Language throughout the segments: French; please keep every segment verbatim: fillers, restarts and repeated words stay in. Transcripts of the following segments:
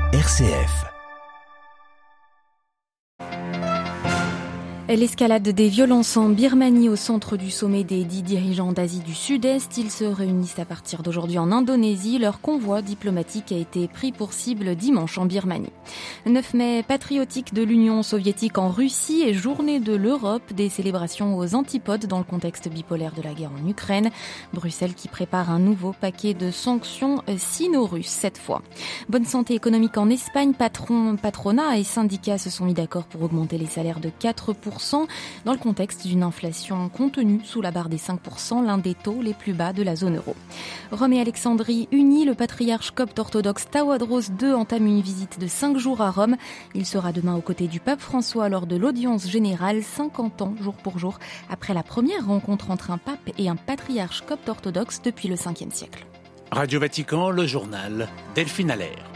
R C F. L'escalade des violences en Birmanie au centre du sommet des dix dirigeants d'Asie du Sud-Est. Ils se réunissent à partir d'aujourd'hui en Indonésie. Leur convoi diplomatique a été pris pour cible dimanche en Birmanie. neuf mai patriotique de l'Union soviétique en Russie et journée de l'Europe, des célébrations aux antipodes dans le contexte bipolaire de la guerre en Ukraine. Bruxelles qui prépare un nouveau paquet de sanctions sino-russes cette fois. Bonne santé économique en Espagne, patron, patronat et syndicats se sont mis d'accord pour augmenter les salaires de quatre pour cent. Dans le contexte d'une inflation contenue sous la barre des cinq pour cent, l'un des taux les plus bas de la zone euro. Rome et Alexandrie unis, le patriarche copte orthodoxe Tawadros deux entame une visite de cinq jours à Rome. Il sera demain aux côtés du pape François lors de l'audience générale, cinquante ans jour pour jour, après la première rencontre entre un pape et un patriarche copte orthodoxe depuis le cinquième siècle. Radio Vatican, le journal, Delphine Allaire.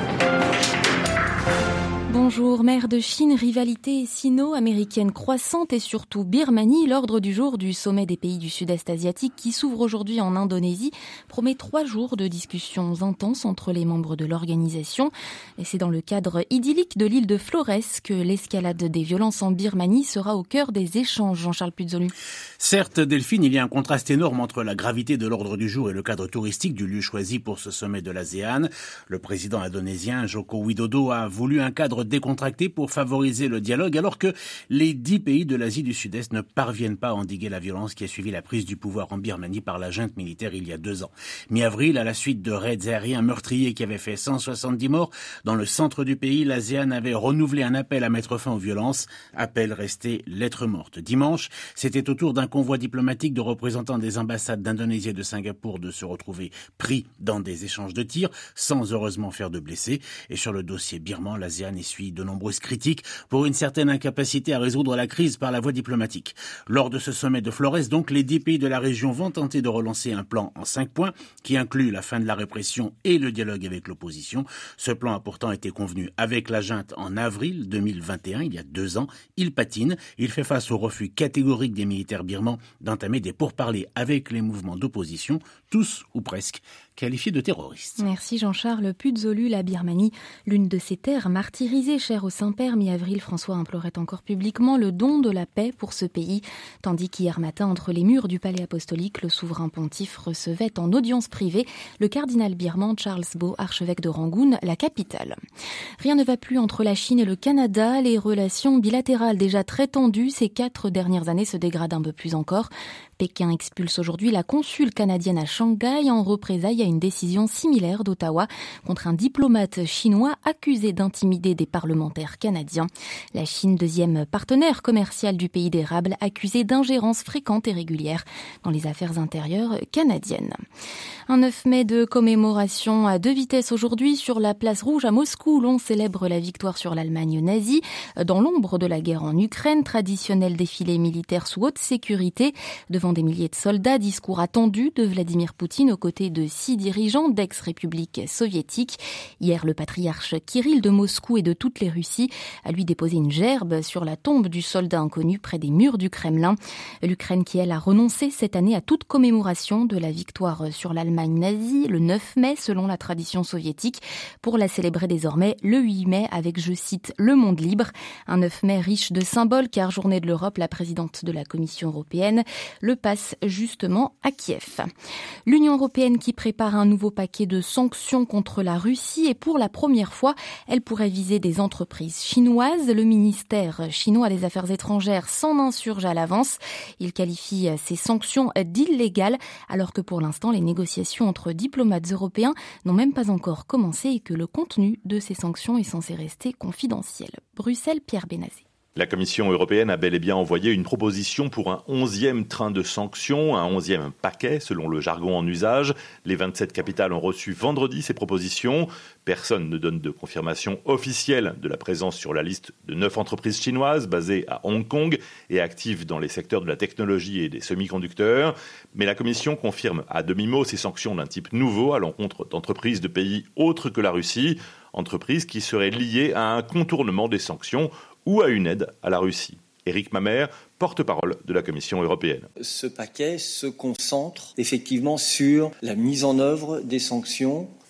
Bonjour, mer de Chine, rivalité sino-américaine croissante et surtout Birmanie. L'ordre du jour du sommet des pays du sud-est asiatique qui s'ouvre aujourd'hui en Indonésie promet trois jours de discussions intenses entre les membres de l'organisation. Et c'est dans le cadre idyllique de l'île de Flores que l'escalade des violences en Birmanie sera au cœur des échanges. Jean-Charles Puzolu. Certes, Delphine, il y a un contraste énorme entre la gravité de l'ordre du jour et le cadre touristique du lieu choisi pour ce sommet de l'ASEAN. Le président indonésien Joko Widodo a voulu un cadre décontracté pour favoriser le dialogue, alors que les dix pays de l'Asie du Sud-Est ne parviennent pas à endiguer la violence qui a suivi la prise du pouvoir en Birmanie par la junte militaire il y a deux ans. Mi-avril, à la suite de raids aériens meurtriers qui avaient fait cent soixante-dix morts dans le centre du pays, l'ASEAN avait renouvelé un appel à mettre fin aux violences, appel resté lettre morte. Dimanche, c'était au tour d'un convoi diplomatique de représentants des ambassades d'Indonésie et de Singapour de se retrouver pris dans des échanges de tirs, sans heureusement faire de blessés. Et sur le dossier birman, l'ASEAN essuie de nombreuses critiques pour une certaine incapacité à résoudre la crise par la voie diplomatique. Lors de ce sommet de Flores, donc, les dix pays de la région vont tenter de relancer un plan en cinq points qui inclut la fin de la répression et le dialogue avec l'opposition. Ce plan a pourtant été convenu avec la junte en avril deux mille vingt et un, il y a deux ans. Il patine, il fait face au refus catégorique des militaires birmans d'entamer des pourparlers avec les mouvements d'opposition, tous ou presque qualifiés de terroristes. Merci Jean-Charles Puzolu. La Birmanie, l'une de ces terres martyrisées chères au Saint-Père. Mi-avril, François implorait encore publiquement le don de la paix pour ce pays, tandis qu'hier matin, entre les murs du palais apostolique, le souverain pontife recevait en audience privée le cardinal birman Charles Bo, archevêque de Rangoon, la capitale. Rien ne va plus entre la Chine et le Canada. Les relations bilatérales déjà très tendues ces quatre dernières années se dégradent un peu plus encore. Pékin expulse aujourd'hui la consule canadienne à Shanghai en représailles à une décision similaire d'Ottawa contre un diplomate chinois accusé d'intimider des parlementaires canadiens. La Chine, deuxième partenaire commercial du pays d'érable, accusé d'ingérence fréquente et régulière dans les affaires intérieures canadiennes. Un neuf mai de commémoration à deux vitesses aujourd'hui sur la place Rouge à Moscou où l'on célèbre la victoire sur l'Allemagne nazie dans l'ombre de la guerre en Ukraine. Traditionnel défilé militaire sous haute sécurité devant des milliers de soldats, discours attendu de Vladimir Poutine aux côtés de six dirigeants d'ex-républiques soviétiques. Hier, le patriarche Kirill de Moscou et de toutes les Russies a lui déposé une gerbe sur la tombe du soldat inconnu près des murs du Kremlin. L'Ukraine qui, elle, a renoncé cette année à toute commémoration de la victoire sur l'Allemagne nazie le neuf mai selon la tradition soviétique pour la célébrer désormais le huit mai avec, je cite, le monde libre. Un neuf mai riche de symboles car journée de l'Europe, la présidente de la Commission européenne le passe justement à Kiev. L'Union européenne qui prépare un nouveau paquet de sanctions contre la Russie et pour la première fois, elle pourrait viser des entreprises chinoises. Le ministère chinois des Affaires étrangères s'en insurge à l'avance. Il qualifie ces sanctions d'illégales alors que pour l'instant, les négociations entre diplomates européens n'ont même pas encore commencé et que le contenu de ces sanctions est censé rester confidentiel. Bruxelles, Pierre Benazé. La Commission européenne a bel et bien envoyé une proposition pour un onzième train de sanctions, un onzième paquet selon le jargon en usage. Les vingt-sept capitales ont reçu vendredi ces propositions. Personne ne donne de confirmation officielle de la présence sur la liste de neuf entreprises chinoises basées à Hong Kong et actives dans les secteurs de la technologie et des semi-conducteurs. Mais la Commission confirme à demi-mot ces sanctions d'un type nouveau à l'encontre d'entreprises de pays autres que la Russie, entreprises qui seraient liées à un contournement des sanctions ou à une aide à la Russie. Éric Mamère, porte-parole de la Commission européenne. Ce paquet se concentre effectivement sur la mise en œuvre des sanctions,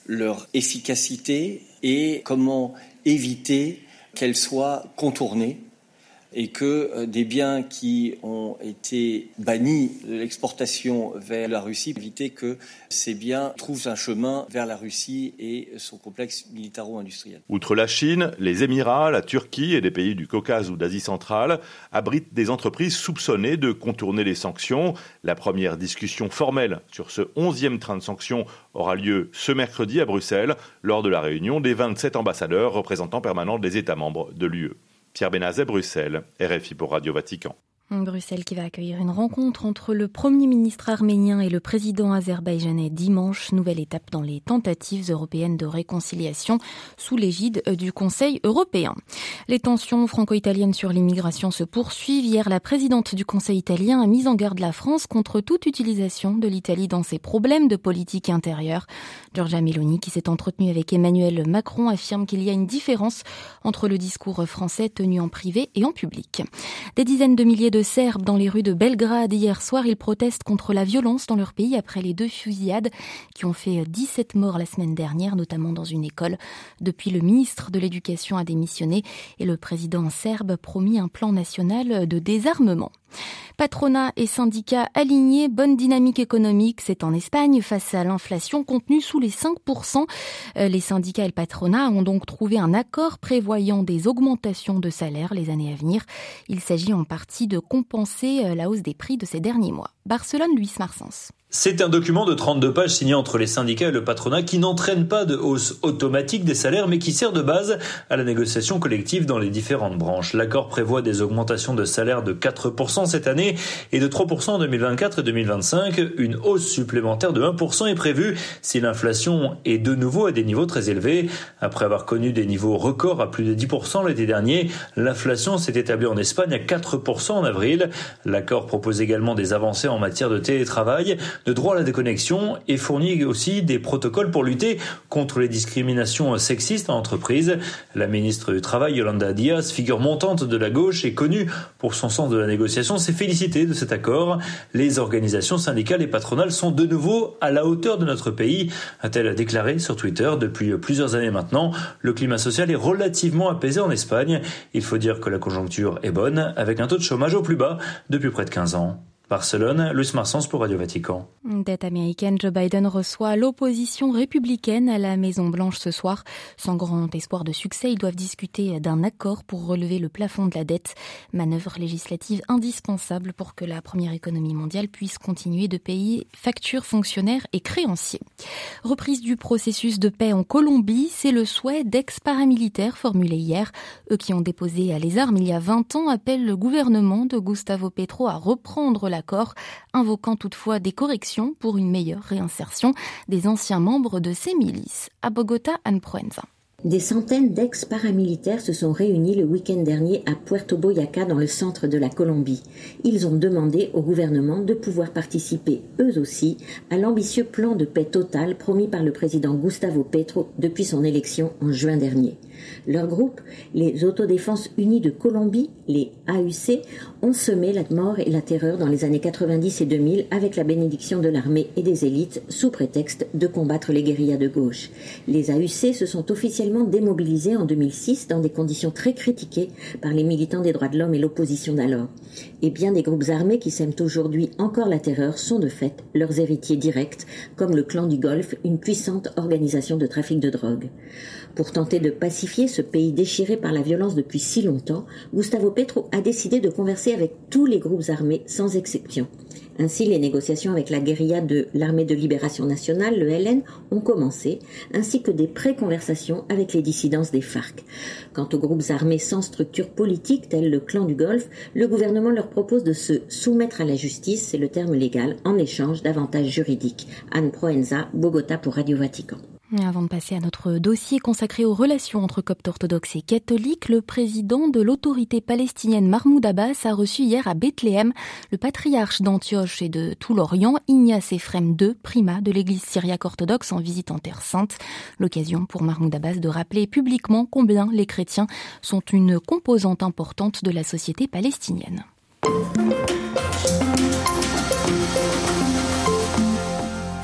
leur efficacité et comment éviter qu'elles soient contournées et que des biens qui ont été bannis de l'exportation vers la Russie, éviter que ces biens trouvent un chemin vers la Russie et son complexe militaro-industriel. Outre la Chine, les Émirats, la Turquie et des pays du Caucase ou d'Asie centrale abritent des entreprises soupçonnées de contourner les sanctions. La première discussion formelle sur ce onzième train de sanctions aura lieu ce mercredi à Bruxelles, lors de la réunion des vingt-sept ambassadeurs représentants permanents des États membres de l'U E. Pierre Benazet, Bruxelles, R F I pour Radio Vatican. Bruxelles qui va accueillir une rencontre entre le Premier ministre arménien et le président azerbaïdjanais dimanche, nouvelle étape dans les tentatives européennes de réconciliation sous l'égide du Conseil européen. Les tensions franco-italiennes sur l'immigration se poursuivent. Hier, la présidente du Conseil italien a mis en garde la France contre toute utilisation de l'Italie dans ses problèmes de politique intérieure. Giorgia Meloni, qui s'est entretenue avec Emmanuel Macron, affirme qu'il y a une différence entre le discours français tenu en privé et en public. Des dizaines de milliers de De Serbes dans les rues de Belgrade. Hier soir, ils protestent contre la violence dans leur pays après les deux fusillades qui ont fait dix-sept morts la semaine dernière, notamment dans une école. Depuis, le ministre de l'Éducation a démissionné et le président serbe a promis un plan national de désarmement. Patronat et syndicats alignés, bonne dynamique économique, c'est en Espagne face à l'inflation contenue sous les cinq pour cent. Les syndicats et le patronat ont donc trouvé un accord prévoyant des augmentations de salaire les années à venir. Il s'agit en partie de compenser la hausse des prix de ces derniers mois. Barcelone, Luis Marsens. C'est un document de trente-deux pages signé entre les syndicats et le patronat qui n'entraîne pas de hausse automatique des salaires mais qui sert de base à la négociation collective dans les différentes branches. L'accord prévoit des augmentations de salaire de quatre pour cent cette année et de trois pour cent en deux mille vingt-quatre et deux mille vingt-cinq. Une hausse supplémentaire de un pour cent est prévue si l'inflation est de nouveau à des niveaux très élevés. Après avoir connu des niveaux records à plus de dix pour cent l'été dernier, l'inflation s'est établie en Espagne à quatre pour cent en avril. L'accord propose également des avancées en matière de télétravail, de droit à la déconnexion et fournit aussi des protocoles pour lutter contre les discriminations sexistes en entreprise. La ministre du Travail, Yolanda Díaz, figure montante de la gauche et connue pour son sens de la négociation, s'est félicitée de cet accord. Les organisations syndicales et patronales sont de nouveau à la hauteur de notre pays, a-t-elle déclaré sur Twitter. Depuis plusieurs années maintenant, le climat social est relativement apaisé en Espagne. Il faut dire que la conjoncture est bonne, avec un taux de chômage au plus bas depuis près de quinze ans. Barcelone, Luis Marsens pour Radio Vatican. Dette américaine, Joe Biden reçoit l'opposition républicaine à la Maison-Blanche ce soir. Sans grand espoir de succès, ils doivent discuter d'un accord pour relever le plafond de la dette. Manœuvre législative indispensable pour que la première économie mondiale puisse continuer de payer factures, fonctionnaires et créanciers. Reprise du processus de paix en Colombie, c'est le souhait d'ex-paramilitaires formulé hier. Eux qui ont déposé les armes il y a vingt ans appellent le gouvernement de Gustavo Petro à reprendre la L'accord, invoquant toutefois des corrections pour une meilleure réinsertion des anciens membres de ces milices. À Bogota, Anne Proenza. Des centaines d'ex-paramilitaires se sont réunis le week-end dernier à Puerto Boyaca dans le centre de la Colombie. Ils ont demandé au gouvernement de pouvoir participer eux aussi à l'ambitieux plan de paix total promis par le président Gustavo Petro depuis son élection en juin dernier. Leur groupe, les Autodéfenses Unies de Colombie, les A U C, ont semé la mort et la terreur dans les années quatre-vingt-dix et deux mille avec la bénédiction de l'armée et des élites sous prétexte de combattre les guérillas de gauche. Les A U C se sont officiellement démobilisés en deux mille six dans des conditions très critiquées par les militants des droits de l'homme et l'opposition d'alors. Et bien des groupes armés qui sèment aujourd'hui encore la terreur sont de fait leurs héritiers directs, comme le Clan du Golfe, une puissante organisation de trafic de drogue. Pour tenter de pacifier ce pays déchiré par la violence depuis si longtemps, Gustavo Petro a décidé de converser avec tous les groupes armés sans exception. Ainsi, les négociations avec la guérilla de l'Armée de Libération Nationale, le L N, ont commencé, ainsi que des pré-conversations avec les dissidences des FARC. Quant aux groupes armés sans structure politique, tels le Clan du Golfe, le gouvernement leur propose de se soumettre à la justice, c'est le terme légal, en échange d'avantages juridiques. Anne Proenza, Bogota pour Radio Vatican. Avant de passer à notre dossier consacré aux relations entre coptes orthodoxes et catholiques, le président de l'autorité palestinienne Mahmoud Abbas a reçu hier à Bethléem le patriarche d'Antioche et de tout l'Orient, Ignace Ephrem deux, primat de l'église syriaque orthodoxe en visite en Terre Sainte. L'occasion pour Mahmoud Abbas de rappeler publiquement combien les chrétiens sont une composante importante de la société palestinienne.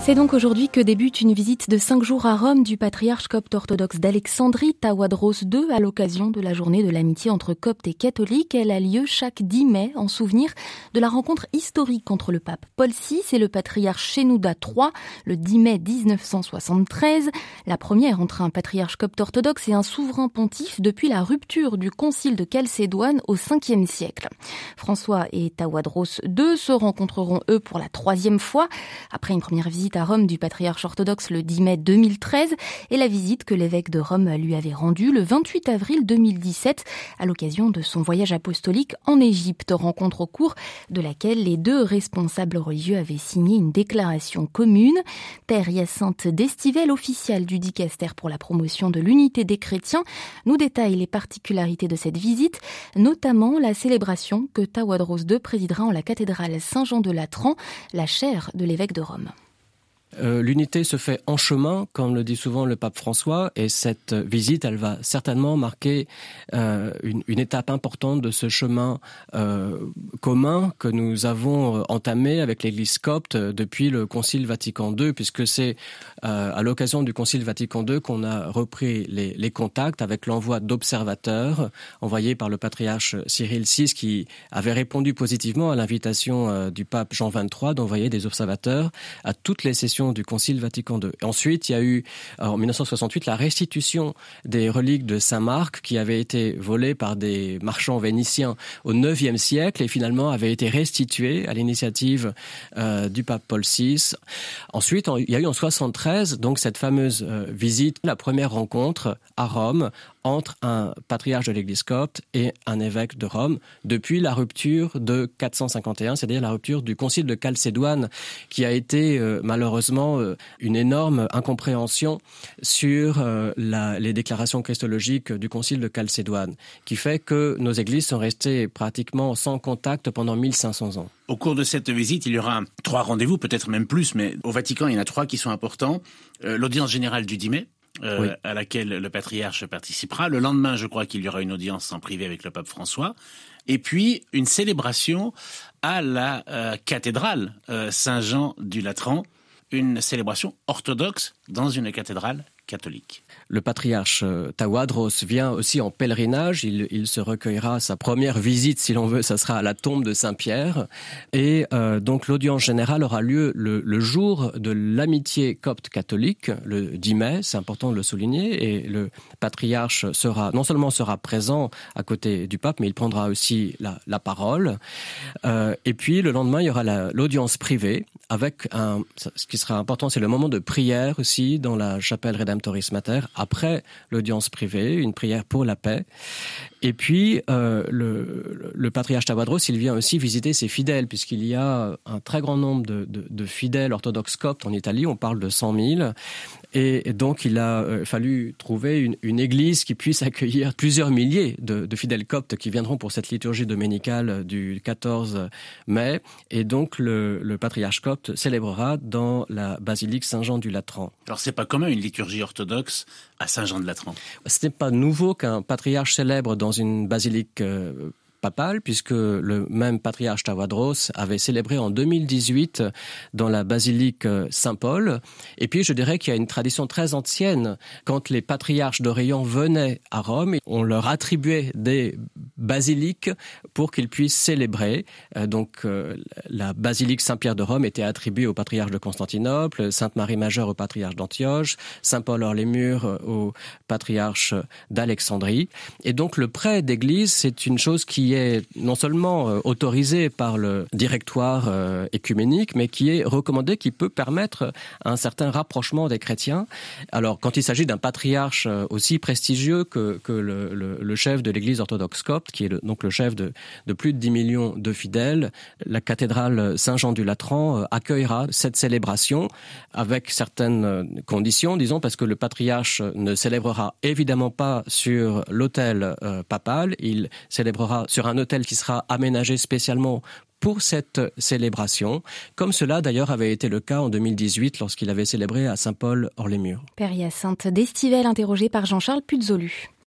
C'est donc aujourd'hui que débute une visite de cinq jours à Rome du patriarche copte orthodoxe d'Alexandrie, Tawadros deux, à l'occasion de la journée de l'amitié entre coptes et catholiques. Elle a lieu chaque dix mai en souvenir de la rencontre historique entre le pape Paul six et le patriarche Shenouda trois, le dix mai dix-neuf cent soixante-treize. La première entre un patriarche copte orthodoxe et un souverain pontife depuis la rupture du concile de Chalcédoine au cinquième siècle. François et Tawadros deux se rencontreront eux pour la troisième fois, après une première visite à Rome du patriarche orthodoxe le dix mai deux mille treize et la visite que l'évêque de Rome lui avait rendue le vingt-huit avril deux mille dix-sept à l'occasion de son voyage apostolique en Égypte, rencontre au cours de laquelle les deux responsables religieux avaient signé une déclaration commune. Père Hyacinthe d'Estivelle, official du dicaster pour la promotion de l'unité des chrétiens, nous détaille les particularités de cette visite, notamment la célébration que Tawadros deux présidera en la cathédrale Saint-Jean de Latran, la chaire de l'évêque de Rome. Euh, l'unité se fait en chemin, comme le dit souvent le pape François, et cette visite, elle va certainement marquer euh, une, une étape importante de ce chemin euh, commun que nous avons entamé avec l'Église copte depuis le Concile Vatican deux, puisque c'est euh, à l'occasion du Concile Vatican deux qu'on a repris les, les contacts avec l'envoi d'observateurs envoyés par le patriarche Cyril six, qui avait répondu positivement à l'invitation euh, du pape Jean vingt-trois d'envoyer des observateurs à toutes les sessions du Concile Vatican deux. Et ensuite, il y a eu, en dix-neuf cent soixante-huit, la restitution des reliques de Saint-Marc qui avaient été volées par des marchands vénitiens au neuvième siècle et finalement avaient été restituées à l'initiative euh, du pape Paul six. Ensuite, il y a eu en soixante-treize, donc cette fameuse euh, visite, la première rencontre à Rome entre un patriarche de l'Église copte et un évêque de Rome depuis la rupture de quatre cent cinquante et un, c'est-à-dire la rupture du concile de Chalcédoine, qui a été euh, malheureusement euh, une énorme incompréhension sur euh, la, les déclarations christologiques du concile de Chalcédoine, qui fait que nos églises sont restées pratiquement sans contact pendant mille cinq cents ans. Au cours de cette visite, il y aura trois rendez-vous, peut-être même plus, mais au Vatican, il y en a trois qui sont importants. Euh, l'audience générale du dix mai, Euh, oui. à laquelle le patriarche participera. Le lendemain, je crois qu'il y aura une audience en privé avec le pape François. Et puis, une célébration à la euh, cathédrale euh, Saint-Jean du Latran, une célébration orthodoxe dans une cathédrale catholique. Le patriarche Tawadros vient aussi en pèlerinage. Il, il se recueillera, sa première visite, si l'on veut, ça sera à la tombe de Saint-Pierre. Et euh, donc l'audience générale aura lieu le, le jour de l'amitié copte catholique, le dix mai, c'est important de le souligner. Et le patriarche sera, non seulement sera présent à côté du pape, mais il prendra aussi la, la parole. Euh, et puis le lendemain, il y aura la, l'audience privée avec un, ce qui sera important, c'est le moment de prière aussi dans la chapelle Redemptoris Mater, après l'audience privée, une prière pour la paix. Et puis, euh, le, le patriarche Tawadros, il vient aussi visiter ses fidèles, puisqu'il y a un très grand nombre de, de, de fidèles orthodoxes coptes en Italie, on parle de cent mille. Et donc, il a euh, fallu trouver une, une église qui puisse accueillir plusieurs milliers de, de fidèles coptes qui viendront pour cette liturgie dominicale du quatorze mai. Et donc, le, le patriarche copte célébrera dans la basilique Saint-Jean du Latran. Alors, c'est pas commun une liturgie orthodoxe à Saint-Jean de Latran. Ce n'est pas nouveau qu'un patriarche célèbre dans une basilique euh, papale, puisque le même patriarche Tawadros avait célébré en deux mille dix-huit dans la basilique Saint-Paul. Et puis, je dirais qu'il y a une tradition très ancienne. Quand les patriarches d'Orient venaient à Rome, on leur attribuait des basiliques pour qu'ils puissent célébrer. Donc, la basilique Saint-Pierre de Rome était attribuée au patriarche de Constantinople, Sainte-Marie Majeure au patriarche d'Antioche, Saint-Paul-hors-les-Murs au patriarche d'Alexandrie. Et donc, le prêt d'église, c'est une chose qui est non seulement euh, autorisé par le directoire euh, écuménique, mais qui est recommandé, qui peut permettre un certain rapprochement des chrétiens. Alors, quand il s'agit d'un patriarche euh, aussi prestigieux que, que le, le, le chef de l'Église orthodoxe copte, qui est le, donc le chef de, de plus de dix millions de fidèles, la cathédrale Saint-Jean du Latran euh, accueillera cette célébration avec certaines conditions, disons, parce que le patriarche ne célébrera évidemment pas sur l'autel euh, papal, il célébrera sur un autel qui sera aménagé spécialement pour cette célébration, comme cela d'ailleurs avait été le cas en deux mille dix-huit lorsqu'il avait célébré à Saint-Paul-hors-les-Murs. Père Hyacinthe d'Estivelle, interrogé par Jean-Charles Puzolu.